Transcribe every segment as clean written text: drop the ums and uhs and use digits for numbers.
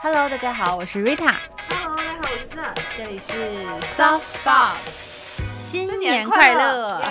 Hello， 大家好，我是 Rita。Hello， 大家好，我是赞。 这里是 Soft Spot， 新年快乐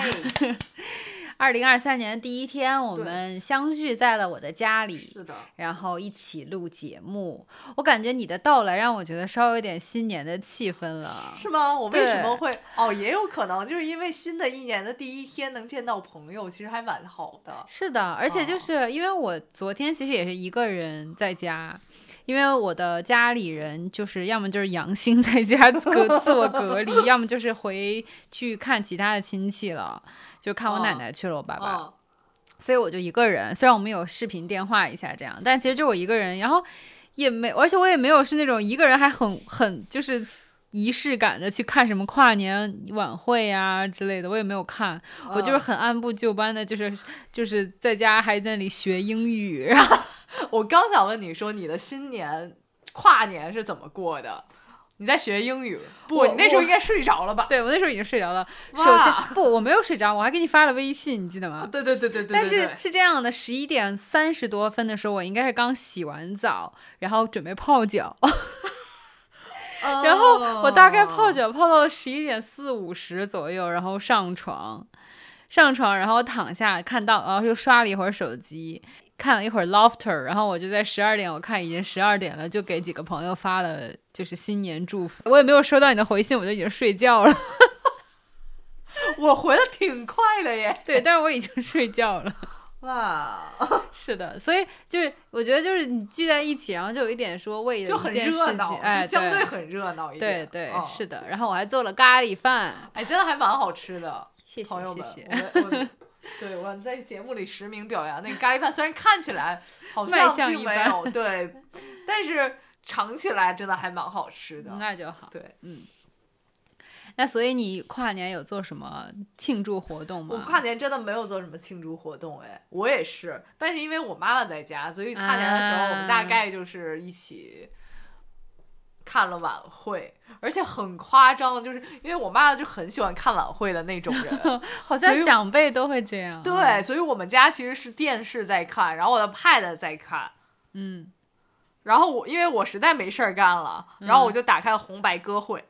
！2023年的第一天，我们相聚在了我的家里， 是的， 然后一起录节目。我感觉你的到来让我觉得稍微有点新年的气氛了， 是吗？我为什么会？哦，也有可能就是因为新的一年的第一天能见到朋友，其实还蛮好的。 是的，而且就是因为我昨天其实也是一个人在家。因为我的家里人就是要么就是阳性在家自我隔离，要么就是回去看其他的亲戚了，就看我奶奶去了，我爸爸，所以我就一个人。虽然我们有视频电话一下这样，但其实就我一个人，然后也没，而且我也没有是那种一个人还很就是仪式感的去看什么跨年晚会啊之类的，我也没有看，我就是很按部就班的，就是在家还在那里学英语，然后。 我刚想问你说你的新年跨年是怎么过的？你在学英语？不，你那时候应该睡着了吧？ 对，我那时候已经睡着了。首先不，我没有睡着，我还给你发了微信，你记得吗？ 对。 但是是这样的，11点30多分的时候，我应该是刚洗完澡，然后准备泡脚。然后我大概泡脚泡到11点4、50左右，然后上床，然后躺下看到，然后又刷了一会儿手机。看了一会儿 Lofter， 然后我就在12点，我看已经12点了，就给几个朋友发了就是新年祝福。我也没有收到你的回信，我就已经睡觉了。 我回的挺快的耶。 对，但是我已经睡觉了。 哇， 是的，所以就是我觉得就是你聚在一起，然后就有一点说为了一件事情， 就相对很热闹一点。 对，是的。然后我还做了咖喱饭， 哎，真的还蛮好吃的。 谢谢朋友们， 谢谢。 对，我在节目里实名表扬那个咖喱饭，虽然看起来好像并没有对，但是尝起来真的还蛮好吃的。 那就好。 对， 那所以你跨年有做什么庆祝活动吗？ 我跨年真的没有做什么庆祝活动，哎，我也是，但是因为我妈妈在家，所以跨年的时候我们大概就是一起看了晚会，而且很夸张，就是因为我妈就很喜欢看晚会的那种人， 好像长辈都会这样。 对，所以我们家其实是电视在看，然后我的 pad 在看，然后因为我实在没事儿干了，然后我就打开了红白歌会，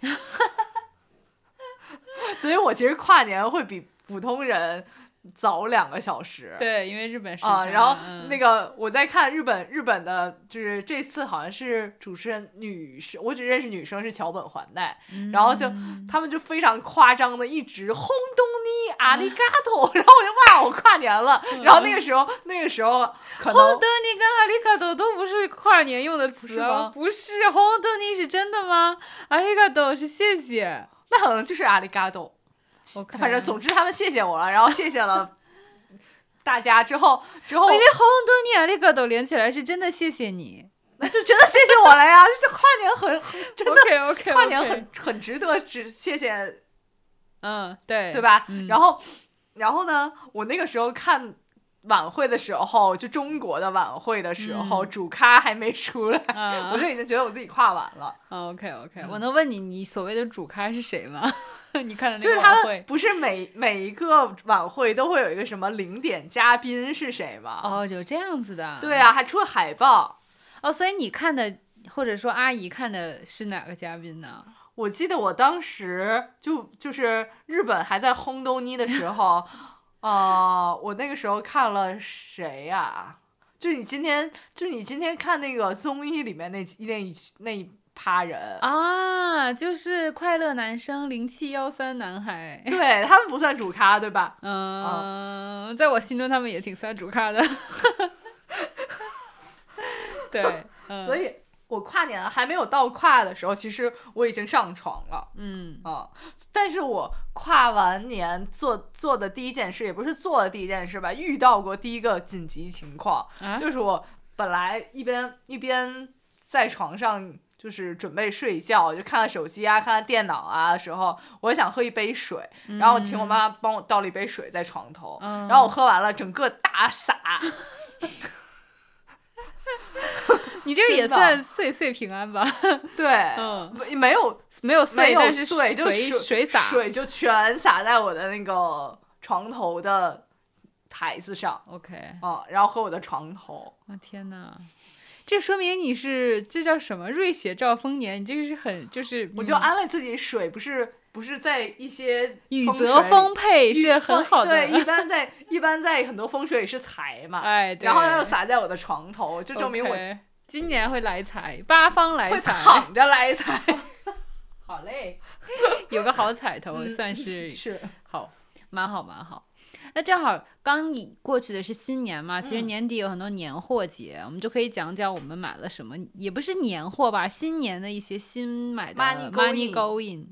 所以我其实跨年会比普通人早2个小时。 对，因为日本时间。 然后那个我在看日本的，就是这次好像是主持人女生，我只认识女生是桥本环奈，然后就他们就非常夸张的一直轰动你阿里嘎多，然后我就哇，我跨年了。然后那个时候可能轰动你跟阿里嘎多都不是跨年用的词啊， 不是轰动你是真的吗？阿里嘎多是谢谢， 那可能就是阿里嘎多。反正总之他们谢谢我了，然后谢谢了大家之后， 因为轰动你阿里嘎多连起来是真的谢谢你， 那就真的谢谢我了呀！这跨年真的 OK， 跨年很值得谢谢， 对吧？然后呢，我那个时候看晚会的时候，就中国的晚会的时候，主咖还没出来，我就已经觉得我自己跨完了。 OK， 我能问你所谓的主咖是谁吗？你看的那个晚会， 就是他不是每一个晚会都会有一个什么0点嘉宾是谁吗？ 哦，有这样子的。 对啊，还出了海报。 哦，所以你看的或者说阿姨看的是哪个嘉宾呢？ 我记得我当时就是日本还在轰动你的时候，我那个时候看了谁呀？就是你今天看那个综艺里面那一趴人啊，就是快乐男生0713男孩， 对，他们不算主咖对吧？ 在我心中他们也挺算主咖的。对， 所以我跨年还没有到跨的时候，其实我已经上床了。但是我跨完年做的第一件事，也不是做的第一件事吧，遇到过第一个紧急情况，就是我本来一边在床上就是准备睡觉，就看看手机啊，看看电脑啊的时候，我想喝一杯水，然后我请我妈妈帮我倒了一杯水在床头，然后我喝完了，整个大洒。 你这个也算岁平安吧？ 对，没有碎，但是碎，就水洒， 水就全洒在我的那个床头的台子上。 OK， 然后和我的床头。 天哪！ 这说明你是这叫什么瑞雪兆丰年，你这个是很就是我就安慰自己，水不是在一些雨泽丰沛是很好的， 对，一般在很多风水里是财嘛， 哎， 然后又洒在我的床头，就证明我今年会来财，八方来财， 会躺着来财。 好嘞，有个好彩头，算是好，蛮好。那正好刚过去的是新年嘛，其实年底有很多年货节，我们就可以讲讲我们买了什么，也不是年货吧，新年的一些新买的 money going。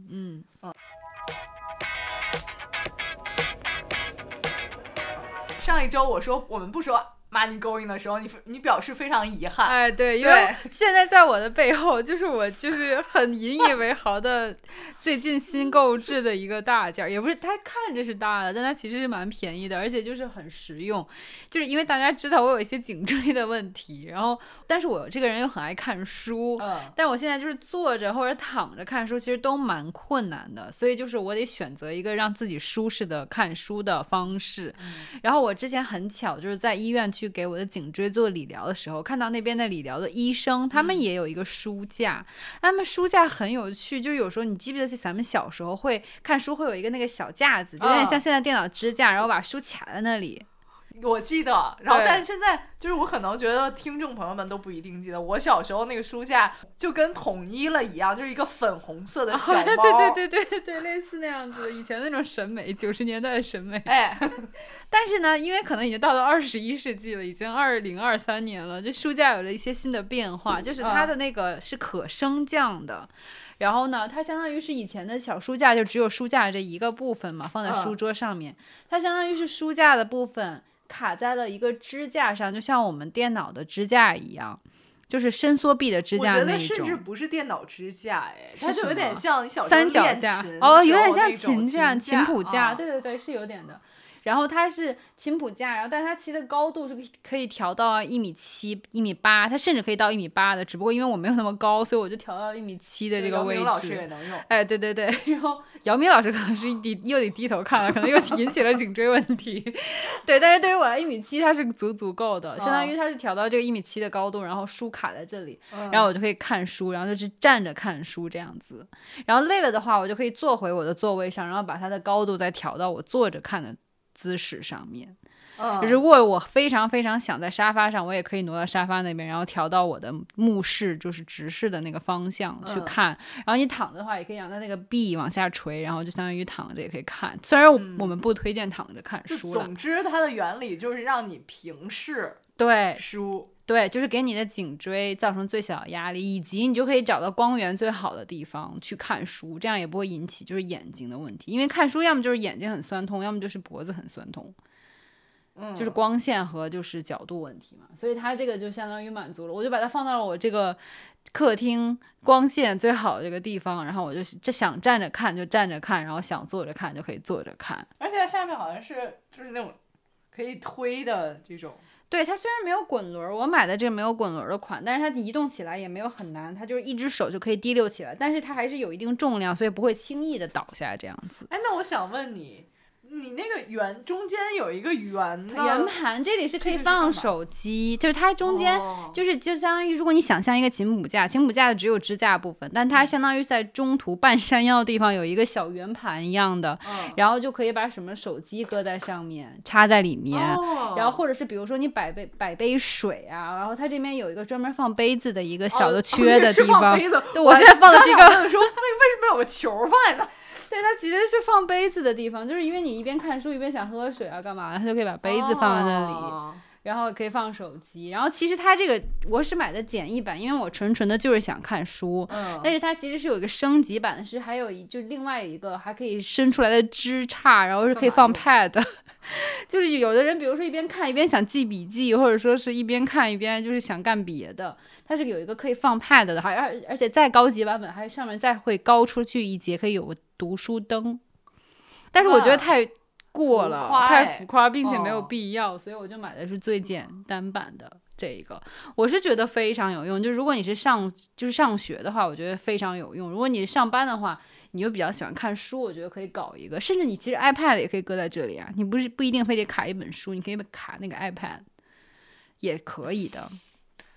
上一周我说我们不说money going 的时候，你表示非常遗憾。 哎，对，因为现在在我的背后，就是我就是很引以为豪的最近新购置的一个大件，也不是它看着是大的，但它其实是蛮便宜的，而且就是很实用。就是因为大家知道我有一些颈椎的问题，然后但是我这个人又很爱看书，但我现在就是坐着或者躺着看书，其实都蛮困难的，所以就是我得选择一个让自己舒适的看书的方式。然后我之前很巧就是在医院去给我的颈椎做理疗的时候，看到那边的理疗的医生他们也有一个书架，他们书架很有趣，就是有时候你记不记得咱们小时候会看书会有一个那个小架子，就有点像现在电脑支架，然后把书卡在那里。 我记得，然后但是现在就是我可能觉得听众朋友们都不一定记得，我小时候那个书架就跟统一了一样，就是一个粉红色的小猫。 对，类似那样子，以前那种审美，90年代的审美。 哎， 但是呢，因为可能已经到了21世纪了，已经2023年了，这书架有了一些新的变化，就是它的那个是可升降的。然后呢，它相当于是以前的小书架，就只有书架这一个部分嘛，放在书桌上面。它相当于是书架的部分卡在了一个支架上，就像我们电脑的支架一样，就是伸缩臂的支架那一种。 我觉得甚至不是电脑支架，哎，它就有点像你小时候三脚架，有点像琴架、琴谱架，对，是有点的。然后它是琴谱架，然后但它其实高度是可以调到1.7米、1.8米，它甚至可以到1.8米的。只不过因为我没有那么高，所以我就调到1.7米的这个位置。 姚明老师也能用。 哎，对。然后姚明老师可能是又得低头看了，可能又引起了颈椎问题。对，但是对于我来1.7米它是足够的，相当于它是调到这个1.7米的高度，然后书卡在这里，然后我就可以看书，然后就是站着看书这样子。然后累了的话，我就可以坐回我的座位上，然后把它的高度再调到我坐着看的姿势上面。如果我非常非常想在沙发上，我也可以挪到沙发那边，然后调到我的目视，就是直视的那个方向去看。然后你躺着的话，也可以让它那个臂往下垂，然后就相当于躺着也可以看。虽然我们不推荐躺着看书了。 总之，它的原理就是让你平视书。 对，就是给你的颈椎造成最小的压力，以及你就可以找到光源最好的地方去看书，这样也不会引起就是眼睛的问题。因为看书要么就是眼睛很酸痛，要么就是脖子很酸痛，就是光线和就是角度问题嘛。所以它这个就相当于满足了，我就把它放到了我这个客厅光线最好的这个地方，然后我就想站着看就站着看，然后想坐着看就可以坐着看。 而且它下面好像是就是那种可以推的这种。 对，它虽然没有滚轮，我买的这个没有滚轮的款，但是它移动起来也没有很难，它就是一只手就可以提溜起来，但是它还是有一定重量，所以不会轻易的倒下这样子。 哎，那我想问你那个中间有一个圆盘，这里是可以放手机，就是它中间就相当于，如果你想象一个琴谱架的只有支架部分，但它相当于在中途半山腰的地方有一个小圆盘一样的，然后就可以把什么手机搁在上面，插在里面，然后或者是比如说你摆杯水啊，然后它这边有一个专门放杯子的一个小的缺的地方。对，我现在放的是一个。 说为什么有个球放在那？ 对，它其实是放杯子的地方，就是因为你一边看书一边想喝水啊干嘛，它就可以把杯子放在那里，然后可以放手机。然后其实它这个我是买的简易版，因为我纯的就是想看书，但是它其实是有一个升级版，是还有就另外一个还可以伸出来的支叉，然后是可以放 pad。就是有的人比如说一边看一边想记笔记，或者说是一边看一边就是想干别的，它是有一个可以放 pad 的，而且再高级版本还上面再会高出去一节，可以有个读书灯。但是我觉得太过了，太浮夸，并且没有必要，所以我就买的是最简单版的这个。我是觉得非常有用，就如果你是上学的话，我觉得非常有用。如果你是上班的话，你又比较喜欢看书，我觉得可以搞一个。甚至你其实 iPad 也可以搁在这里啊，你不一定非得卡一本书，你可以卡那个 iPad 也可以的。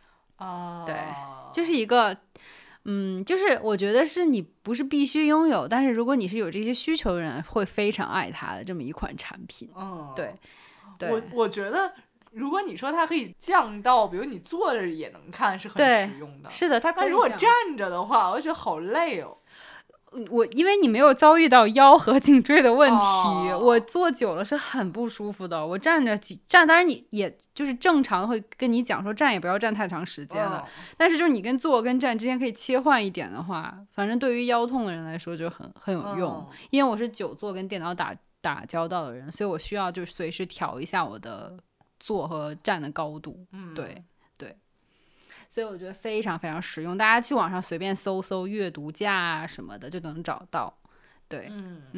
对，就是一个就是我觉得是你不是必须拥有，但是如果你是有这些需求的人，会非常爱它的这么一款产品。对， 我觉得如果你说它可以降到，比如你坐着也能看，是很实用的。 是的，它可以。 但如果站着的话，我就觉得好累哦。 因为你没有遭遇到腰和颈椎的问题，我坐久了是很不舒服的。我站，当然你也就是正常会跟你讲说站也不要站太长时间了，但是就是你跟坐跟站之间可以切换一点的话，反正对于腰痛的人来说就很有用。因为我是久坐跟电脑打交道的人，所以我需要就是随时调一下我的坐和站的高度。对。所以我觉得非常非常实用，大家去网上随便搜搜阅读架啊什么的就能找到。对，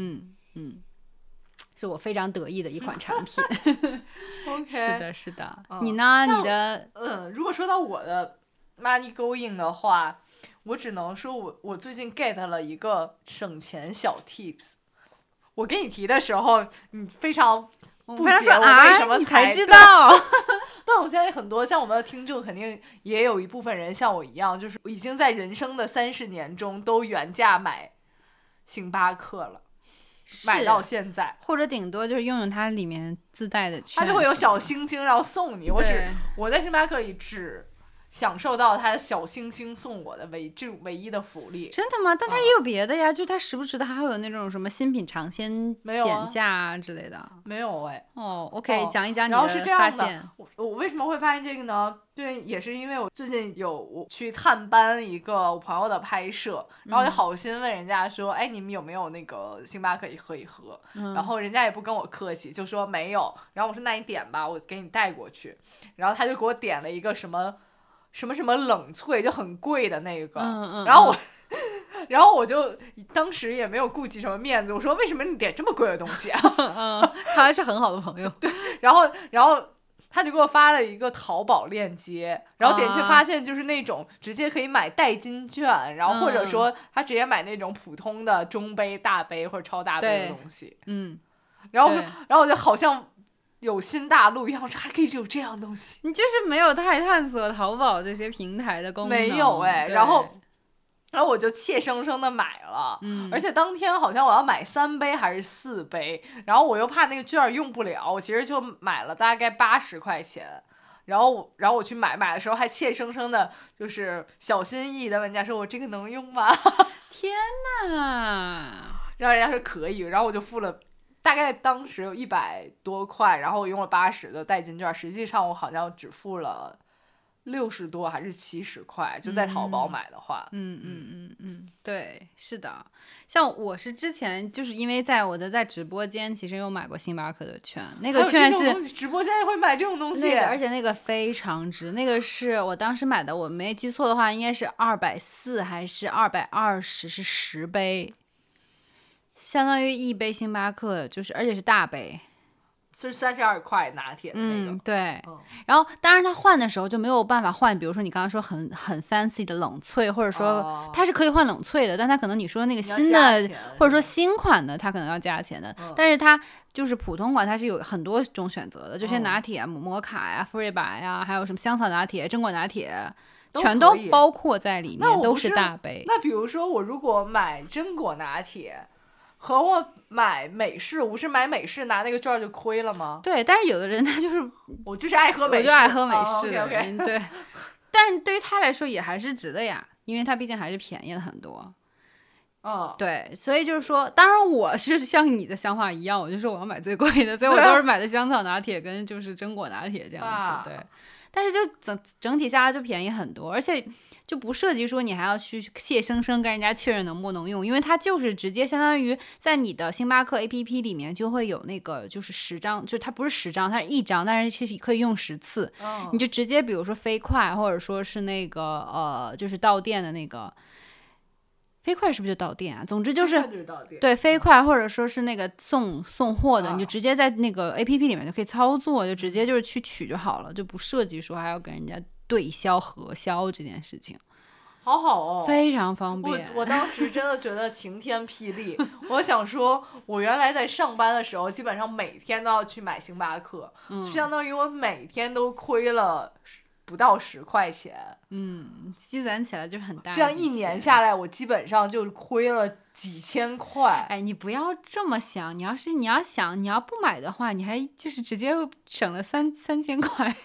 是我非常得意的一款产品。 OK， 是的，你呢？你的如果说到我的 money going 的话，我只能说我最近 get 了一个省钱小 tips。我给你提的时候，你非常不解我为什么你才知道。 但我相信很多像我们的听众肯定也有一部分人像我一样，就是已经在人生的30年中都原价买星巴克了，买到现在， 或者顶多就是用它里面自带的券， 它就会有小星星然后送你。我在星巴克里只享受到他的小星星送我的唯一的福利。 真的吗？但他也有别的呀，就他时不时的还会有那种什么新品尝鲜减价啊之类的。 没有 OK，讲一讲你的发现。然后是这样的， 我为什么会发现这个呢？对，也是因为我最近我去探班一个我朋友的拍摄，然后就好心问人家说，你们有没有那个星巴克喝一喝？然后人家也不跟我客气，就说没有。然后我说那你点吧，我给你带过去。然后他就给我点了一个什么冷萃，就很贵的那个。然后我就当时也没有顾及什么面子，我说为什么你点这么贵的东西啊？ 他还是很好的朋友。 对，然后他就给我发了一个淘宝链接，然后点进去发现就是那种直接可以买代金券，然后或者说他直接买那种普通的中杯、大杯或者超大杯的东西。然后我就好像有新大陆一样，我说还可以有这样东西。 你就是没有太探索淘宝这些平台的功能。 没有然后我就怯生生的买了，而且当天好像我要买3杯还是4杯，然后我又怕那个券用不了，我其实就买了大概80块钱，然后我去买的时候还怯生生的，就是小心翼翼的问人家说我这个能用吗？ 天哪！ 然后人家说可以，然后我就付了。大概当时有100多块，然后我用了80的代金券，实际上我好像只付了60多还是70块，就在淘宝买的话。 对，是的。像我是之前就是因为在直播间，其实有买过星巴克的券，那个券是直播间也会买这种东西， 而且那个非常值。那个是我当时买的，我没记错的话，应该是240还是220，是10杯。相当于1杯星巴克，就是而且是大杯， 是32块拿铁的那个。 对。然后当然他换的时候就没有办法换，比如说你刚刚说很 fancy 的冷萃，或者说它是可以换冷萃的，但它可能你说那个新的或者说新款的，它可能要加钱的。但是它就是普通款，它是有很多种选择的，就像拿铁、摩卡呀、馥芮白呀，还有什么香草拿铁、榛果拿铁。全都包括在里面，都是大杯。 那比如说我如果买榛果拿铁和我买美式，我不是买美式拿那个券就亏了吗？ 对，但是有的人他就是我就是爱喝美式， 我就爱喝美式的人， 对。但是对于他来说也还是值的呀，因为他毕竟还是便宜了很多。对，所以就是说，当然我是像你的想法一样，我就说我要买最贵的，所以我都是买的香草拿铁跟就是榛果拿铁这样子。对，但是就整体下来就便宜很多，而且就不涉及说你还要去怯生生跟人家确认能不能用，因为它就是直接相当于在你的星巴克 APP 里面就会有那个就是10张，就是它不是10张，它是1张，但是是可以用10次。你就直接比如说飞快，或者说是那个就是到店的那个。飞快是不是就到店啊？总之就是对飞快，或者说是那个送货的，你就直接在那个 APP 里面就可以操作，就直接就是去取就好了，就不涉及说还要跟人家对销核销这件事情。 好好哦， 非常方便。 我当时真的觉得晴天霹雳。我想说，我原来在上班的时候，基本上每天都要去买星巴克，就相当于我每天都亏了不到10块钱， 积攒起来就是很大的， 这样一年下来我基本上就亏了几千块。 哎，你不要这么想，你要想你要不买的话，你还就是直接省了3000块。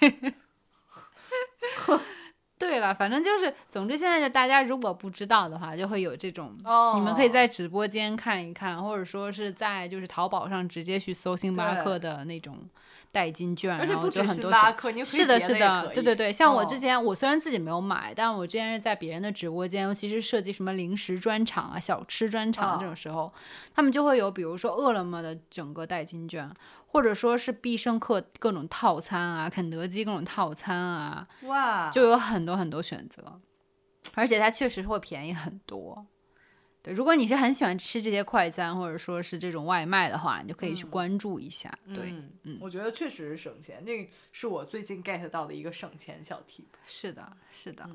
对了，反正就是，总之现在就大家如果不知道的话，就会有这种，你们可以在直播间看一看，或者说是在就是淘宝上直接去搜星巴克的那种代金券， 而且不止然后就很多星巴克，你是的，是的，对对对，像我之哦前，我虽然自己没有买，但我之前是在别人的直播间，尤其是涉及什么零食专场啊、小吃专场这种时候，他们就会有比如说饿了么的整个代金券。或者说是必胜客各种套餐啊，肯德基各种套餐啊， 哇， 就有很多很多选择，而且它确实会便宜很多。对，如果你是很喜欢吃这些快餐或者说是这种外卖的话，你就可以去关注一下。对， 我觉得确实是省钱，这个是我最近 get 到的一个省钱小 tip。 是的，是的，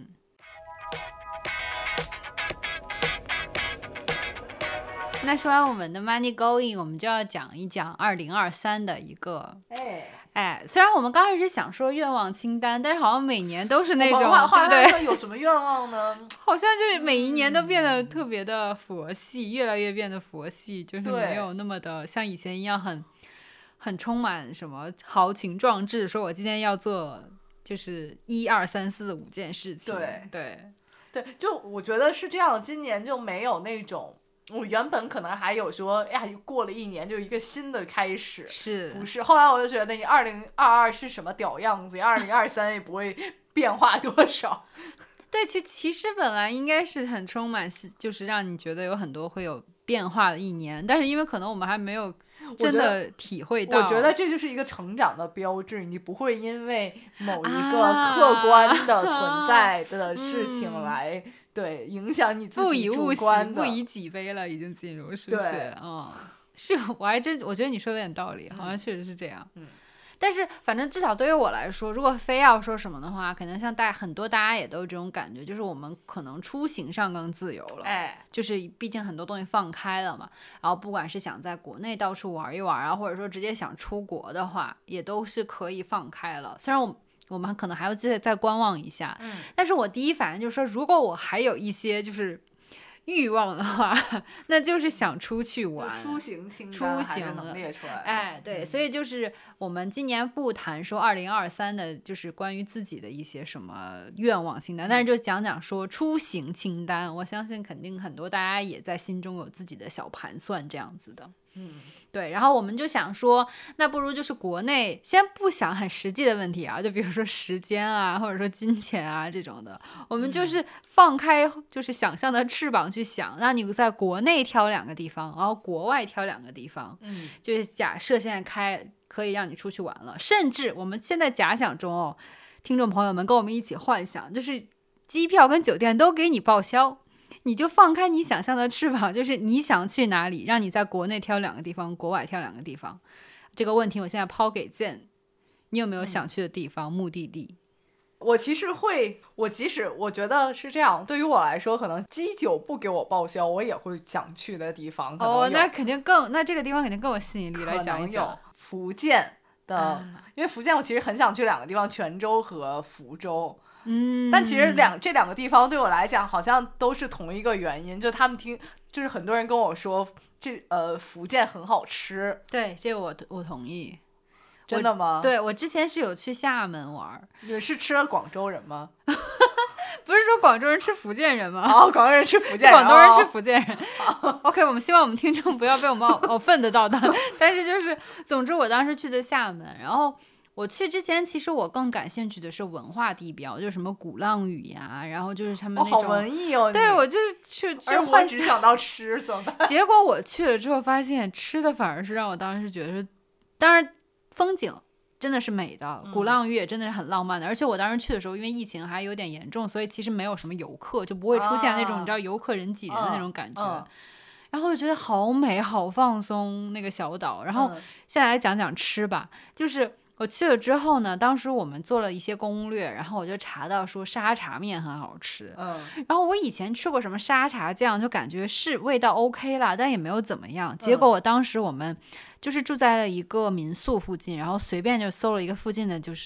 那说完我们的 money going， 我们就要讲一讲2023的一个，虽然我们刚开始想说愿望清单，但是好像每年都是那种，对不对？ 有什么愿望呢？ 好像就是每一年都变得特别的佛系，越来越变得佛系，就是没有那么的像以前一样很充满什么豪情壮志，说我今天要做就是1、2、3、4、5件事情。 对，就我觉得是这样，今年就没有那种。我原本可能还有说，呀，过了一年就一个新的开始，不是？后来我就觉得，你2022是什么屌样子，2023也不会变化多少。 对，其实本来应该是很充满，就是让你觉得有很多会有变化的一年，但是因为可能我们还没有真的体会到， 我觉得这就是一个成长的标志，你不会因为某一个客观的存在的事情来。对，影响你自己主观的， 不以己悲了，已经进入，是不是？是，我觉得你说的有点道理，好像确实是这样。但是反正至少对于我来说，如果非要说什么的话，可能像很多大家也都有这种感觉，就是我们可能出行上更自由了，就是毕竟很多东西放开了嘛。然后不管是想在国内到处玩一玩啊，或者说直接想出国的话，也都是可以放开了。虽然我们可能还要再观望一下，但是我第一反应就是说，如果我还有一些就是欲望的话，那就是想出去玩， 出行清单还是能列出来。 对，所以就是我们今年不谈说2023的，就是关于自己的一些什么愿望清单，但是就讲讲说出行清单。我相信肯定很多大家也在心中有自己的小盘算这样子的。对，然后我们就想说，那不如就是国内先不想很实际的问题啊，就比如说时间啊，或者说金钱啊这种的，我们就是放开就是想象的翅膀去想，让你在国内挑2个地方，然后国外挑2个地方，就是假设现在可以让你出去玩了，甚至我们现在假想中听众朋友们跟我们一起幻想，就是机票跟酒店都给你报销。你就放开你想象的翅膀，就是你想去哪里，让你在国内挑2个地方，国外挑2个地方。这个问题我现在抛给Jen，你有没有想去的地方、目的地？ 我其实会，我觉得是这样，对于我来说，可能机酒不给我报销，我也会想去的地方。 那肯定那这个地方肯定更有吸引力，来讲一讲。 福建的，因为福建我其实很想去2个地方，泉州和福州。但其实这两个地方对我来讲好像都是同一个原因，就他们就是很多人跟我说福建很好吃。 对，这个我同意。 真的吗？ 对，我之前是有去厦门玩。 你是吃了广州人吗？ 不是说广州人吃福建人吗？ 广州人吃福建人， 广东人吃福建人。OK， 我们希望我们听众不要被我们愤的到的。但是就是，总之我当时去的厦门，然后我去之前，其实我更感兴趣的是文化地标，就是什么鼓浪屿呀，然后就是他们那种好文艺哦。 对，我就是去， 而我只想到吃，怎么办？ 结果我去了之后，发现吃的反而是让我当时觉得，当然风景真的是美的，鼓浪屿也真的是很浪漫的。而且我当时去的时候，因为疫情还有点严重，所以其实没有什么游客，就不会出现那种你知道游客人挤人的那种感觉。然后我就觉得好美，好放松那个小岛。然后现在来讲讲吃吧，就是我去了之后呢，当时我们做了一些攻略，然后我就查到说沙茶面很好吃。然后我以前吃过什么沙茶酱，就感觉是味道 OK 啦，但也没有怎么样。结果我们就是住在了一个民宿附近，然后随便就搜了一个附近的就是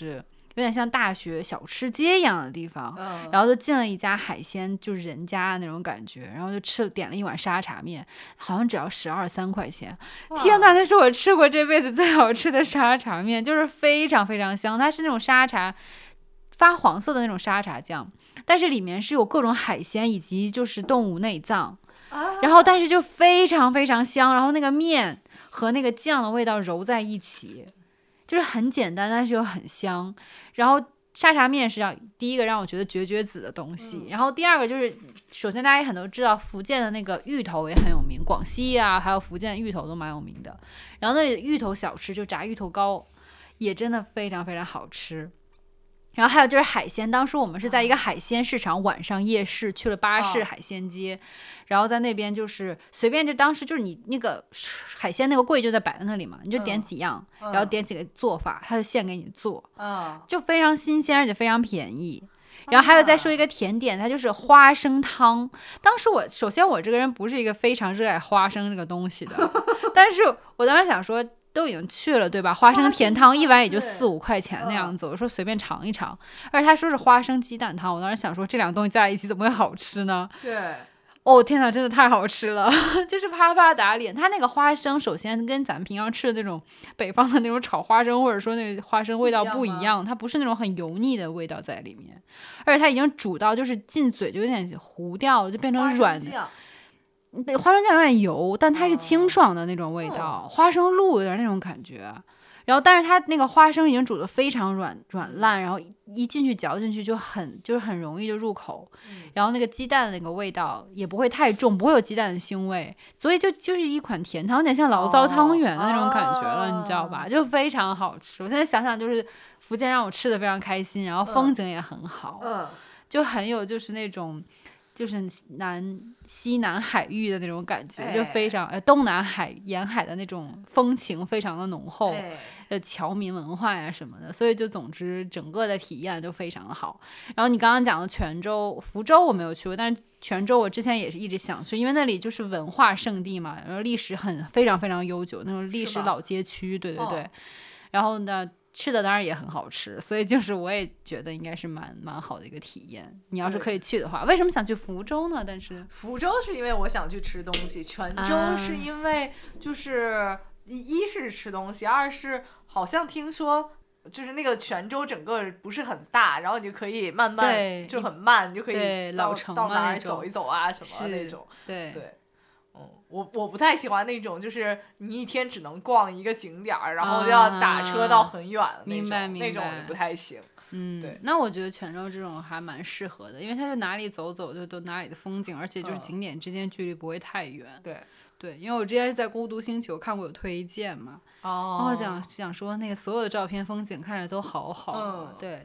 有点像大学小吃街一样的地方，然后就进了一家海鲜就是人家的那种感觉，然后就点了一碗沙茶面，好像只要12、13块钱。天哪，那是我吃过这辈子最好吃的沙茶面，就是非常非常香。它是那种沙茶发黄色的那种沙茶酱，但是里面是有各种海鲜以及就是动物内脏，然后但是就非常非常香，然后那个面和那个酱的味道揉在一起，就是很简单但是又很香。然后沙茶面是第一个让我觉得绝子的东西，然后第二个就是首先大家也很都知道福建的那个芋头也很有名，广西啊还有福建芋头都蛮有名的，然后那里的芋头小吃就炸芋头糕也真的非常非常好吃。然后还有就是海鲜，当时我们是在一个海鲜市场晚上夜市去了巴士海鲜街，然后在那边就是随便就当时就是你那个海鲜那个柜就在摆在那里嘛，你就点几样，然后点几个做法，他就现给你做，就非常新鲜而且非常便宜。然后还有再说一个甜点，它就是花生汤。当时首先我这个人不是一个非常热爱花生这个东西的，但是我当时想说都已经去了对吧，花生甜汤一碗也就4、5块钱那样子，我说随便尝一尝。而且他说是花生鸡蛋汤，我当时想说这两个东西加在一起怎么会好吃呢？ 对， 哦天哪，真的太好吃了，就是啪啪打脸。它那个花生首先跟咱们平常吃的那种北方的那种炒花生或者说那个花生味道不一样，它不是那种很油腻的味道在里面，而且它已经煮到就是进嘴就有点糊掉了，就变成软的。对，花生酱有点油，但它是清爽的那种味道，花生露有点那种感觉。然后，但是它那个花生已经煮得非常软烂，然后一进去嚼进去就是很容易就入口。然后那个鸡蛋的那个味道也不会太重，不会有鸡蛋的腥味，所以就是一款甜汤，有点像醪糟汤圆的那种感觉了，你知道吧？就非常好吃。我现在想想，就是福建让我吃的非常开心，然后风景也很好，就很有就是那种。就是西南海域的那种感觉，就非常东南沿海的那种风情非常的浓厚，侨民文化呀什么的，所以就总之整个的体验就非常的好。然后你刚刚讲的泉州、福州我没有去过，但是泉州我之前也是一直想去，因为那里就是文化胜地嘛，然后历史非常非常悠久，那种历史老街区，对对对。然后呢？吃的当然也很好吃，所以就是我也觉得应该是蛮好的一个体验。你要是可以去的话，为什么想去福州呢？但是福州是因为我想去吃东西，泉州是因为就是一是吃东西，二是好像听说就是那个泉州整个不是很大，然后你就可以慢慢就很慢，你就可以老城到哪儿走一走啊什么那种。对。我不太喜欢那种，就是你一天只能逛一个景点然后就要打车到很远的那种，那种不太行。对。 那我觉得泉州这种还蛮适合的，因为它就哪里走走就都哪里的风景，而且就是景点之间距离不会太远。对，因为我之前是在孤独星球看过有推荐嘛，然后想说那个所有的照片风景看着都好好。对。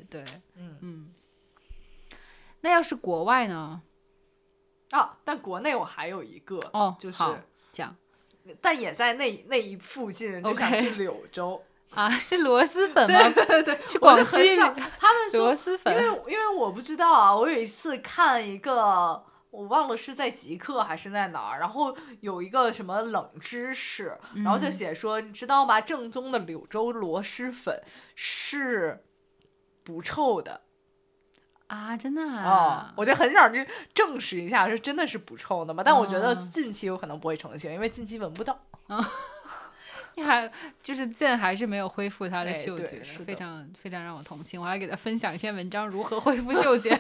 那要是国外呢？ 但国内我还有一个就是讲， 但也在那一附近，就想去柳州是螺蛳粉吗？ 对， 是广西他们说螺蛳粉， 因为我不知道啊，我有一次看一个，我忘了是在极客还是在哪儿，然后有一个什么冷知识，然后就写说，你知道吗？正宗的柳州螺蛳粉是不臭的。 真的我就很想去证实一下，是真的是不臭的吗？但我觉得近期有可能不会成型，因为近期闻不到。 你就是剑还是没有恢复他的嗅觉，非常非常让我同情。我还给他分享一篇文章，如何恢复嗅觉。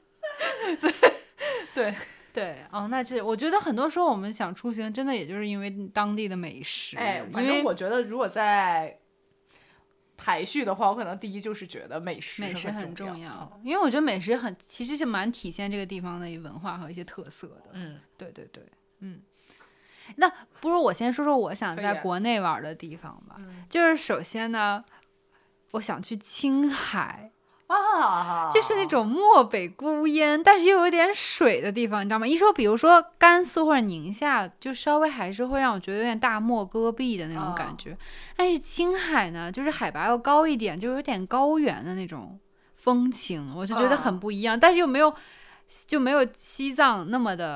对，那我觉得很多时候我们想出行，真的也就是因为当地的美食。 反正我觉得如果在排序的话，我可能第一就是觉得美食很重要，因为我觉得美食其实是蛮体现这个地方的文化和一些特色的。对，那不如我先说说我想在国内玩的地方吧。就是首先呢，我想去青海。就是那种漠北孤烟但是又有点水的地方，你知道吗？一说比如说甘肃或者宁夏，就稍微还是会让我觉得有点大漠戈壁的那种感觉。但是青海呢，就是海拔要高一点，就有点高原的那种风情，我就觉得很不一样。但是又没有西藏那么的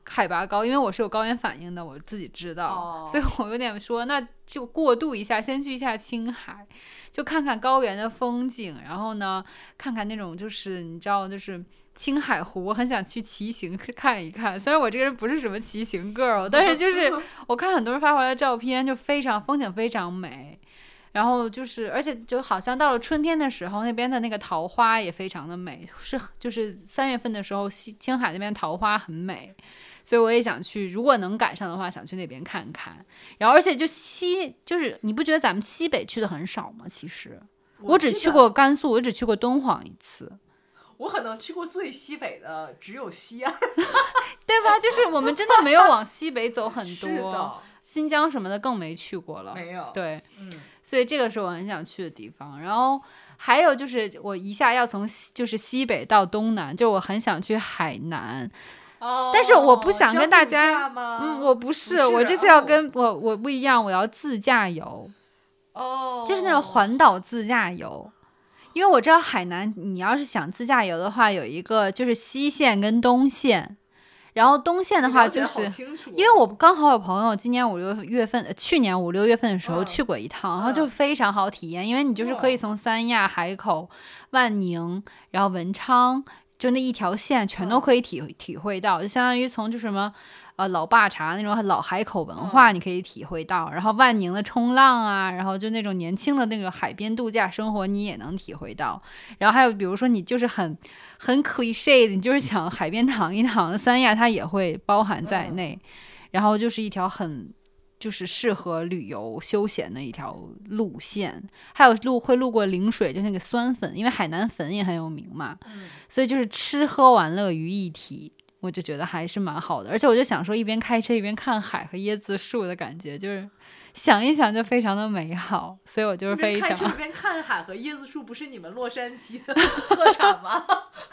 海拔高，因为我是有高原反应的，我自己知道，所以我有点说那就过渡一下，先去一下青海，就看看高原的风景，然后呢看看那种就是你知道就是青海湖，我很想去骑行看一看。虽然我这个人不是什么骑行 girl， 但是就是我看很多人发回来的照片，就风景非常美。然后就是，而且就好像到了春天的时候，那边的那个桃花也非常的美，就是3月份的时候，青海那边桃花很美，所以我也想去，如果能赶上的话，想去那边看看。然后而且就是你不觉得咱们西北去的很少吗？其实我只去过甘肃，我只去过敦煌一次。 我可能去过最西北的只有西安， 对吧？就是我们真的没有往西北走很多。 是的， 新疆什么的更没去过了。 没有。 对，所以这个是我很想去的地方。然后还有就是我一下要从就是西北到东南，就我很想去海南。但是我不想跟大家，我不是，我这次要跟我不一样，我要自驾游。就是那种环岛自驾游。因为我知道海南，你要是想自驾游的话，有一个就是西线跟东线。然后东线的话，就是因为我刚好有朋友今年5、6月份，去年5、6月份的时候去过一趟，然后就非常好体验，因为你就是可以从三亚、海口、万宁，然后文昌，就那一条线全都可以体会到，就相当于从就什么老坝茶那种老海口文化你可以体会到，然后万宁的冲浪啊，然后就那种年轻的那个海边度假生活你也能体会到。然后还有比如说你就是很 cliché 的，你就是想海边躺一躺的三亚它也会包含在内，然后就是一条很就是适合旅游休闲的一条路线。还有会路过陵水，就那个酸粉，因为海南粉也很有名嘛，所以就是吃喝玩乐于一体，我就觉得还是蛮好的。而且我就想说一边开车一边看海和椰子树的感觉，就是想一想就非常的美好，所以我就是非常开车一边看海和椰子树，不是你们洛杉矶的特产吗？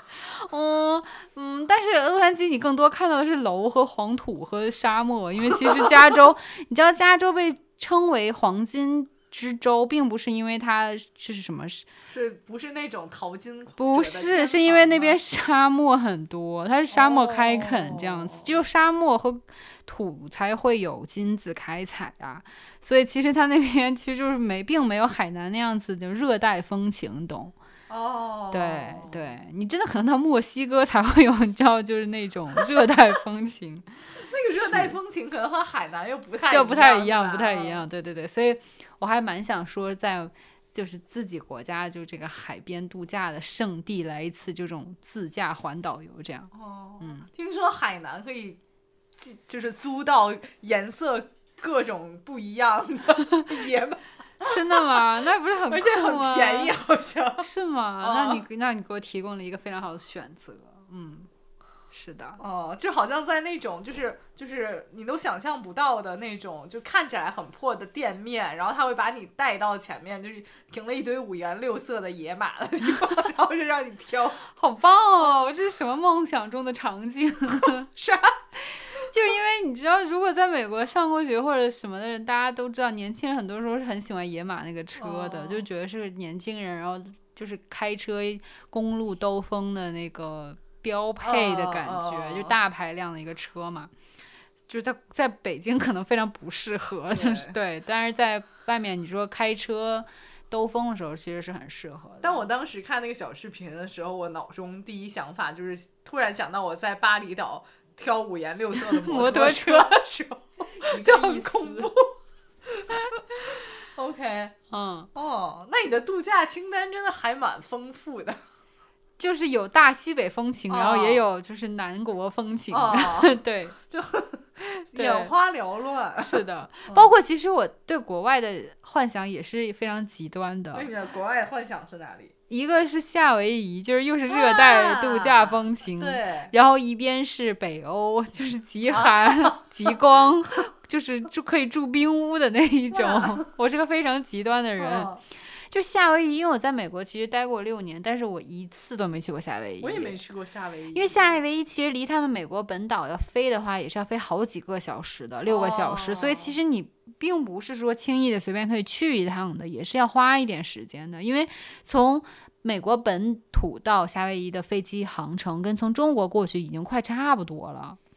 但是洛杉矶你更多看到的是楼和黄土和沙漠，因为其实加州你知道加州被称为黄金之州，并不是因为它是什么， 是不是那种淘金？ 不是，是因为那边沙漠很多，它是沙漠开垦这样子，只有沙漠和土才会有金子开采啊，所以其实它那边其实就是并没有海南那样子的热带风情，懂？对对，你真的可能到墨西哥才会有，你知道，就是那种热带风情。 那个热带风情可能和海南又不太一样，对对对，所以我还蛮想说在就是自己国家就这个海边度假的圣地来一次这种自驾环岛游这样。 听说海南可以就是租到颜色各种不一样的野马。 真的吗？那不是很酷吗？ 而且很便宜好像。 是吗？那你给我提供了一个非常好的选择。是的。 就好像在那种就是你都想象不到的那种就看起来很破的店面，然后他会把你带到前面，就是停了一堆5颜6色的野马的地方，然后就让你挑。 好棒哦，这是什么梦想中的场景？ 啥？ 就是因为你知道，如果在美国上过学或者什么的人，大家都知道，年轻人很多时候是很喜欢野马那个车的，就觉得是年轻人，然后就是开车公路兜风的那个标配的感觉，就大排量的一个车嘛。就是在北京可能非常不适合，就是对，但是在外面你说开车兜风的时候其实是很适合的。 但我当时看那个小视频的时候，我脑中第一想法就是突然想到我在巴厘岛挑5颜6色的摩托车的时候就很恐怖。OK， 那你的度假清单真的还蛮丰富的， 就是有大西北风情，然后也有就是南国风情，对， 就眼花缭乱。 是的，包括其实我对国外的幻想也是非常极端的。 那你的国外幻想是哪里？ 一个是夏威夷，就是又是热带度假风情， 对， 然后一边是北欧，就是极寒、极光，就是可以住冰屋的那一种。我是个非常极端的人。就夏威夷，因为我在美国其实待过6年，但是我一次都没去过夏威夷。 我也没去过夏威夷， 因为夏威夷其实离他们美国本岛要飞的话，也是要飞好几个小时的，6个小时，所以其实你并不是说轻易的随便可以去一趟的，也是要花一点时间的。因为从美国本土到夏威夷的飞机航程跟从中国过去已经快差不多了。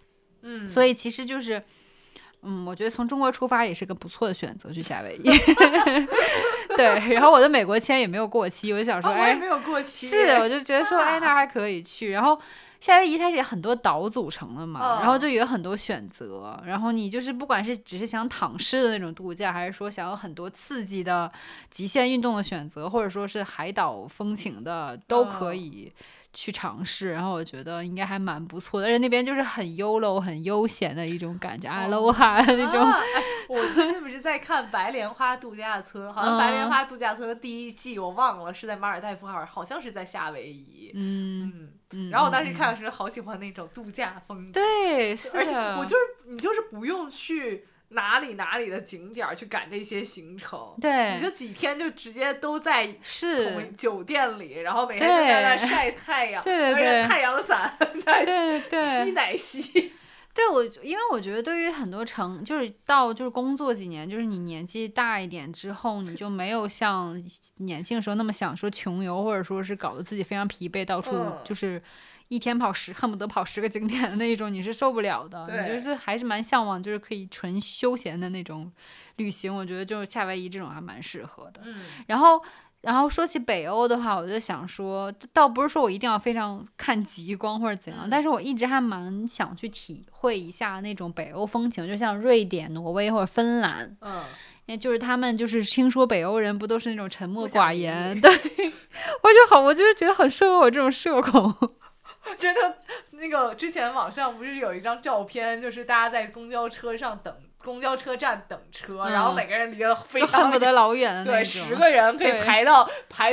所以其实就是我觉得从中国出发也是个不错的选择，去夏威夷。对，然后我的美国签也没有过期，我就想说， 我也没有过期。 是，我就觉得说，那还可以去。然后夏威夷它是很多岛组成的嘛，然后就有很多选择。然后你就是不管是只是想躺尸的那种度假，还是说想有很多刺激的极限运动的选择，或者说是海岛风情的，都可以去尝试。然后我觉得应该还蛮不错的，而且那边就是很YOLO很悠闲的一种感觉，Aloha那种。 我最近不是在看白莲花度假村，好像白莲花度假村的第一季我忘了是在马尔代夫好像是在夏威夷。然后我当时看的时候好喜欢那种度假风。 对， 而且你就是不用去哪里的景点去赶这些行程， 对， 你就几天就直接都在同酒店里，然后每天都在那晒太阳， 对， 而且太阳伞吸奶昔。 对，因为我觉得对于很多就是工作几年，就是你年纪大一点之后，你就没有像年轻的时候那么想说穷游，或者说是搞得自己非常疲惫，到处就是一天恨不得跑10个景点的那一种，你是受不了的。你就是还是蛮向往，就是可以纯休闲的那种旅行。我觉得就是夏威夷这种还蛮适合的。然后说起北欧的话，我就想说，倒不是说我一定要非常看极光或者怎样，但是我一直还蛮想去体会一下那种北欧风情，就像瑞典、挪威或者芬兰。因为就是他们就是听说北欧人不都是那种沉默寡言，对，我就是觉得很适合我这种社恐。 觉得那个之前网上不是有一张照片，就是大家在公交车站等车，然后每个人离得非常就恨不得老远的那种， 对，10个人可以排到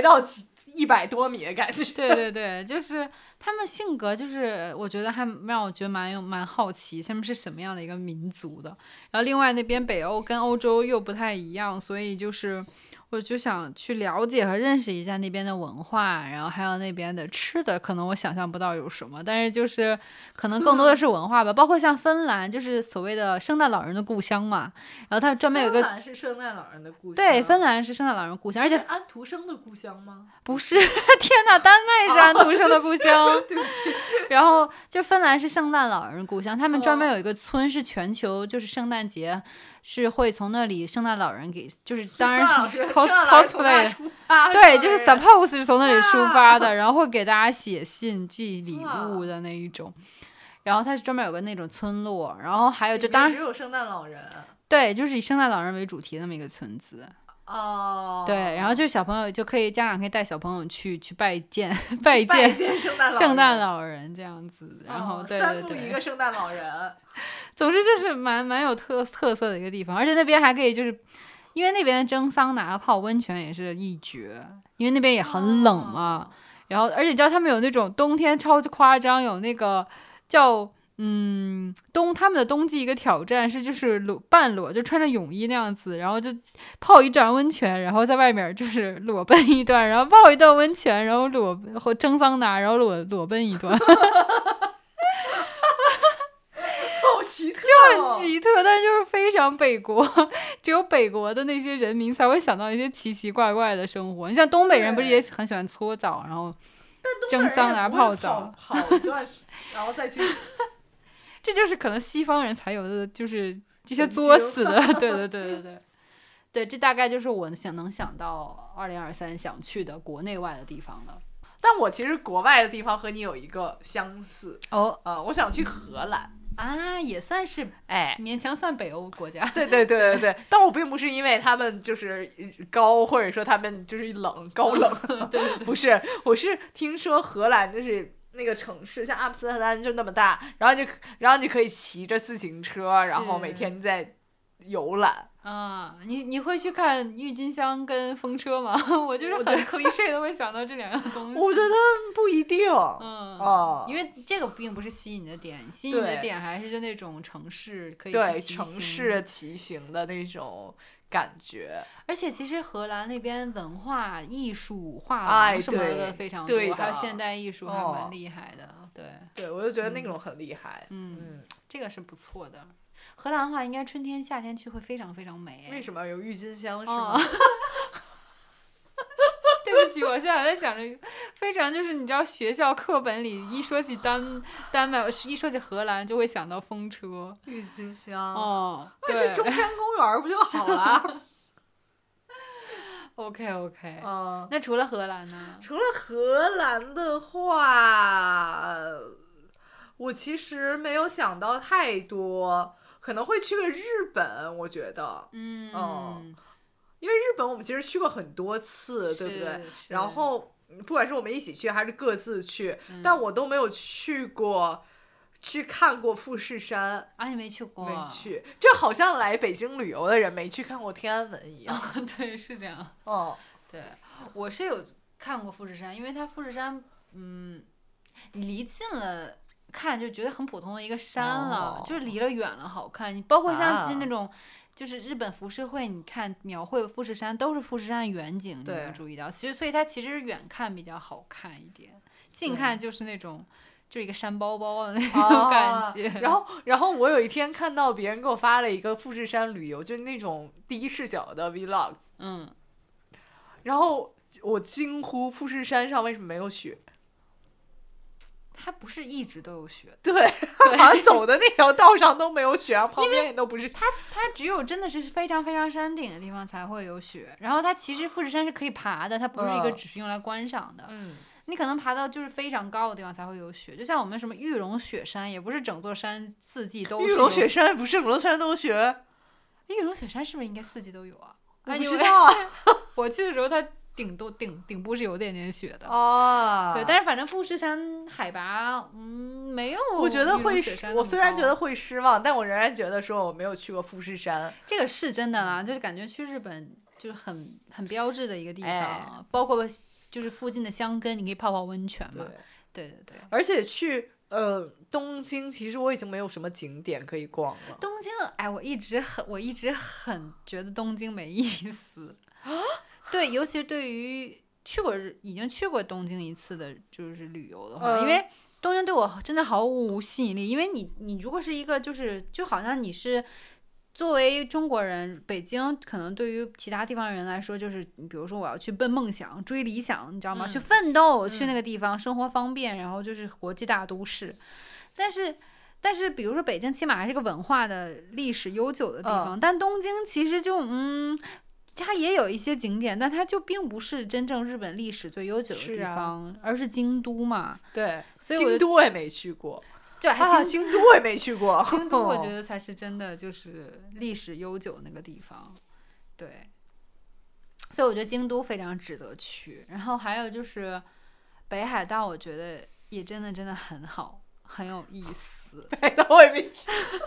100多米的感觉。 对，就是他们性格，就是我觉得还让我觉得蛮好奇，他们是什么样的一个民族的。然后另外那边北欧跟欧洲又不太一样，所以就是我就想去了解和认识一下那边的文化，然后还有那边的吃的，可能我想象不到有什么，但是就是可能更多的是文化吧。包括像芬兰，就是所谓的圣诞老人的故乡嘛，然后它专门有个芬兰是圣诞老人的故乡， 对，芬兰是圣诞老人故乡，而且安徒生的故乡吗？ 不是，天哪，丹麦是安徒生的故乡。 对不起。 然后就芬兰是圣诞老人故乡，他们专门有一个村是全球就是圣诞节是会从那里圣诞老人给就是当然是 cosplay 对，就是 suppose 是从那里出发的，然后会给大家写信寄礼物的那一种。然后它是专门有个那种村落，然后还有就当然只有圣诞老人，对， 就是以圣诞老人为主题的那么一个村子。对，然后就是小朋友就可以，家长可以带小朋友去拜见圣诞老人这样子，然后对 3步一个圣诞老人， 总之就是蛮有特色的一个地方，而且那边还可以就是因为那边的蒸桑拿泡温泉也是一绝，因为那边也很冷嘛，然后而且你知道他们有那种冬天超级夸张，有那个叫他们的冬季一个挑战是就是半裸，就穿着泳衣那样子，然后就泡一转温泉，然后在外面就是裸奔一段，然后泡一段温泉，然后蒸桑拿，然后裸奔一段。 好奇特， 就很奇特，但是就是非常北国，只有北国的那些人民才会想到一些奇奇怪怪的生活。你像东北人不是也很喜欢搓澡，然后蒸桑拿泡澡， 好一段，然后再去。 这就是可能西方人才有的，就是这些作死的，对，这大概就是我能想到2023想去的国内外的地方了。 但我其实国外的地方和你有一个相似我想去荷兰啊，也算是勉强算北欧国家。 对，但我并不是因为他们就是高，或者说他们就是高冷，对，不是，我是听说荷兰就是。那个城市像阿姆斯特丹就那么大，然后你可以骑着自行车，然后每天在游览啊。你会去看郁金香跟风车吗？我就是很cliché的会想到这2样东西。 我觉得不一定， 因为这个并不是吸引你的点，吸引你的点还是就那种城市可以去骑行， 城市骑行的那种。感觉， 而且其实荷兰那边文化艺术画廊什么的非常多，还有现代艺术还蛮厉害的。 对，我就觉得那种很厉害。 这个是不错的。荷兰的话，应该春天、夏天去会非常非常美。 为什么有郁金香是吗？ 对不起， 题，我现在还在想着，非常就是你知道学校课本里一说起丹麦，一说起荷兰就会想到风车、 郁金香。 哦， 那去中山公园不就好了 ？OK， 嗯， 那除了荷兰呢？ 除了荷兰的话，我其实没有想到太多，可能会去个日本，我觉得，因为日本我们其实去过很多次，对不对？然后不管是我们一起去还是各自去，但我都没有去过。去看过富士山啊？你没去过？ 没去，这好像来北京旅游的人没去看过天安门一样。 对，是这样。对，我是有看过富士山，因为它富士山，你离近了看就觉得很普通的一个山了，就是离了远了好看。你包括像其实那种。就是日本浮世绘，你看描绘富士山都是富士山的远景，你有没有注意到？其实所以它其实远看比较好看一点，近看就是那种。就一个山包包的那种感觉。 然后我有一天看到别人给我发了一个富士山旅游，就是那种第一视角的 vlog。然后我惊呼富士山上为什么没有雪？ 它不是一直都有雪， 对，好像走的那条道上都没有雪，然后旁边也都不是。 它只有真的是非常非常山顶的地方才会有雪。然后它其实富士山是可以爬的，它不是一个只是用来观赏的。你可能爬到就是非常高的地方才会有雪，就像我们什么玉龙雪山，也不是整座山四季都是。 玉龙雪山不是整座山都有雪？ 玉龙雪山是不是应该四季都有啊？ 我不知道。 我去的时候它顶部是有点点雪的。 对， 但是反正富士山海拔没有。 我觉得会，我虽然觉得会会失望，但我仍然觉得说我没有去过富士山。 这个是真的啦，就是感觉去日本就是很标志的一个地方，包括。就是附近的箱根，你可以泡泡温泉嘛。对。 而且去东京，其实我已经没有什么景点可以逛了。 东京，我一直很觉得东京没意思。对，尤其是对于已经去过东京一次的，就是旅游的话，因为东京对我真的毫无吸引力。因为你如果是一个就好像你是。作为中国人，北京可能对于其他地方人来说，就是比如说我要去奔梦想、追理想，你知道吗？去奋斗，去那个地方，生活方便，然后就是国际大都市。但是，比如说北京，起码还是个文化的历史悠久的地方，但东京其实就它也有一些景点，但它就并不是真正日本历史最悠久的地方，而是京都嘛。 对， 所以京都我也没去过。 对， 京都我也没去过。 京都我觉得才是真的就是历史悠久那个地方。对，所以我觉得京都非常值得去。然后还有就是北海道，我觉得也真的很好，很有意思。 北海道我也没去。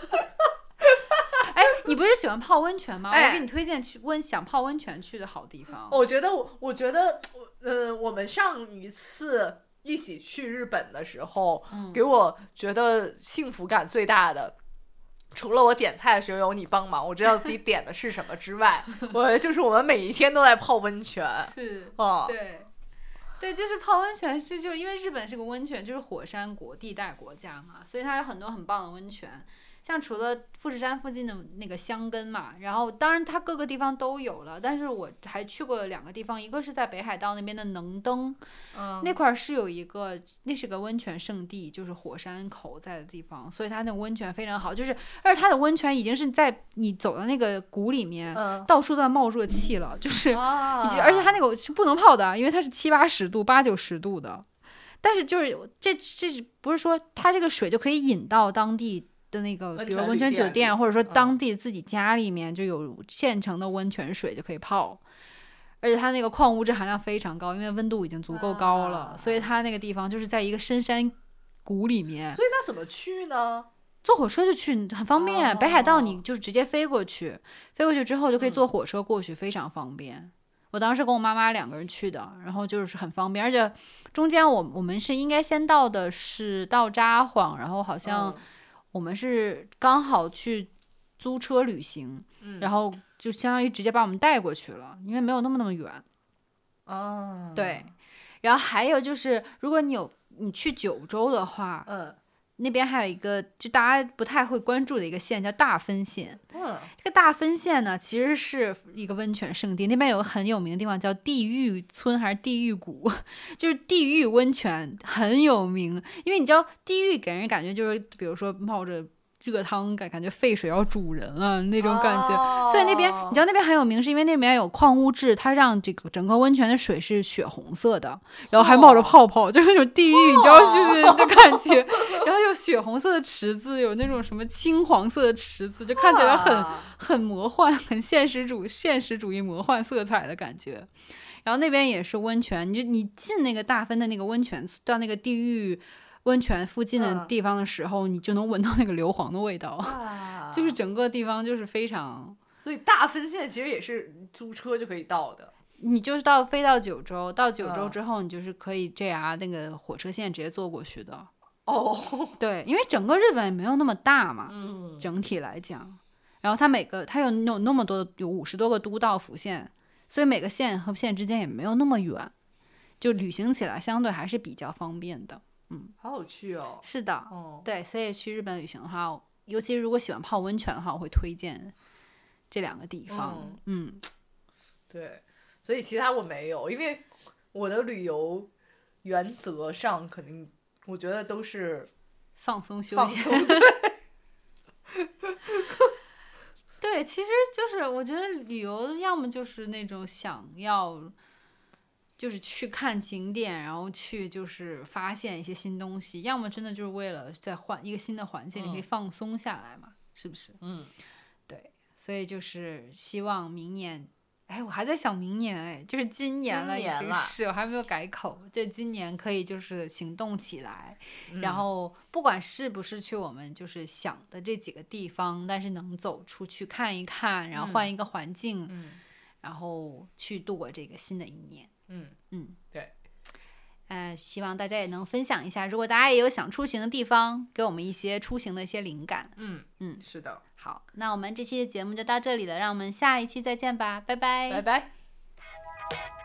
你不是喜欢泡温泉吗？我给你推荐去想泡温泉去的好地方。 我觉得我们上一次一起去日本的时候，给我觉得幸福感最大的，除了我点菜的时候有你帮忙，我知道自己点的是什么之外，就是我们每一天都在泡温泉。 是，对，就是泡温泉就是因为日本是个温泉，就是火山地带国家嘛，所以它有很多很棒的温泉。像除了富士山附近的那个箱根嘛，然后当然它各个地方都有了，但是我还去过2个地方，一个是在北海道那边的能登，那块是有一个，那是个温泉圣地，就是火山口在的地方，所以它那个温泉非常好，而且它的温泉已经是在你走到那个谷里面，到处都在冒热气了，而且它那个是不能泡的，因为它是70-80度、80-90度的，但是就是这不是说它这个水就可以引到当地的那个比如温泉酒店，或者说当地自己家里面就有现成的温泉水就可以泡，而且它那个矿物质含量非常高，因为温度已经足够高了，所以它那个地方就是在一个深山谷里面。 所以那怎么去呢？ 坐火车就去，很方便。北海道你就直接飞过去之后就可以坐火车过去，非常方便。我当时跟我妈妈2个人去的，然后就是很方便，而且中间我们是应该先到的是到札幌，然后好像我们是刚好去租车旅行，然后就相当于直接把我们带过去了，因为没有那么远。对，然后还有就是如果你去九州的话， 那边还有一个就大家不太会关注的一个县叫大分县。这个大分县呢，其实是一个温泉圣地，那边有个很有名的地方叫地狱村还是地狱谷，就是地狱温泉很有名。因为你知道地狱给人感觉就是比如说冒着热汤感觉沸水要煮人了那种感觉，所以那边你知道那边很有名，是因为那边有矿物质，它让这个整个温泉的水是血红色的，然后还冒着泡泡，就是那种地狱，你知道是不是的感觉？然后有血红色的池子，有那种什么青黄色的池子，就看起来很魔幻，很现实主义魔幻色彩的感觉。然后那边也是温泉，你进那个大分的那个温泉，到那个地狱温泉附近的地方的时候，你就能闻到那个硫磺的味道，就是整个地方就是非常。 所以大分县其实也是租车就可以到的。 你就是飞到九州，到九州之后，你就是可以 JR 那个火车线直接坐过去的。对，因为整个日本也没有那么大嘛，整体来讲。然后它有那么多，有50多个都道府县，所以每个县和县之间也没有那么远，就旅行起来相对还是比较方便的。 好有趣哦。 是的，对，所以去日本旅行的话，尤其是如果喜欢泡温泉的话，我会推荐这2个地方。 对，所以其他我没有，因为我的旅游原则上肯定我觉得都是放松休闲。对，其实就是我觉得旅游要么就是那种想要就是去看景点，然后去就是发现一些新东西，要么真的就是为了在换一个新的环境，你可以放松下来嘛，是不是？对，所以就是希望明年，我还在想明年，就是今年了，已经是我还没有改口，就今年可以就是行动起来，然后不管是不是去我们就是想的这几个地方，但是能走出去看一看，然后换一个环境，然后去度过这个新的一年。 对。 希望大家也能分享一下，如果大家也有想出行的地方，给我们一些出行的一些灵感。 是的。 好，那我们这期的节目就到这里了，让我们下一期再见吧，拜拜。 拜拜。